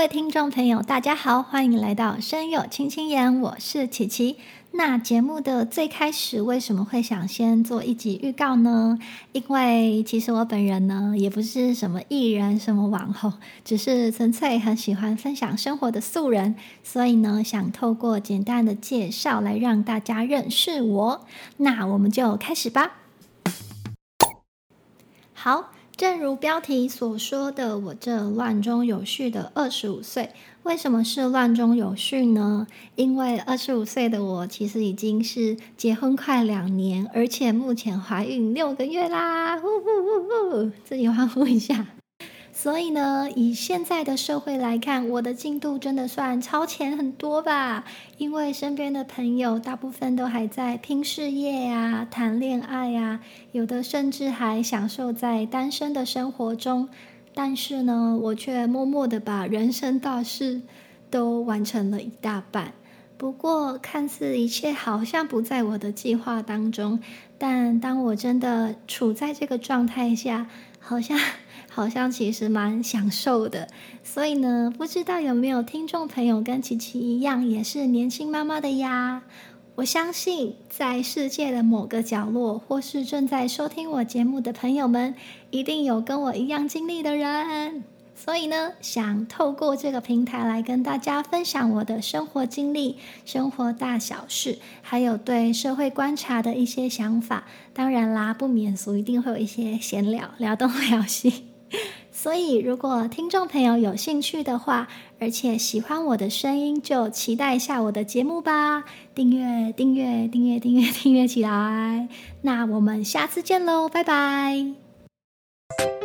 听众朋友大家好，欢迎来到声友轻轻言，我是琪琪。那节目的最开始为什么会想先做一集预告呢？因为其实我本人呢也不是什么艺人什么网红，只是纯粹很喜欢分享生活的素人，所以呢想透过简单的介绍来让大家认识我。那我们就开始吧。好，正如标题所说的，我这乱中有序的25岁，为什么是乱中有序呢？因为25岁的我其实已经是结婚快2年，而且目前怀孕6个月啦，呼呼呼呼，自己欢呼一下。所以呢，以现在的社会来看，我的进度真的算超前很多吧。因为身边的朋友大部分都还在拼事业呀、谈恋爱呀，有的甚至还享受在单身的生活中。但是呢，我却默默的把人生大事都完成了一大半。不过，看似一切好像不在我的计划当中，但当我真的处在这个状态下，好像其实蛮享受的。所以呢，不知道有没有听众朋友跟琪琪一样，也是年轻妈妈的呀？我相信在世界的某个角落，或是正在收听我节目的朋友们，一定有跟我一样经历的人。所以呢，想透过这个平台来跟大家分享我的生活经历、生活大小事，还有对社会观察的一些想法。当然啦，不免俗，一定会有一些闲聊，聊东聊西。所以如果听众朋友有兴趣的话，而且喜欢我的声音，就期待一下我的节目吧。订阅起来。那我们下次见喽，拜拜。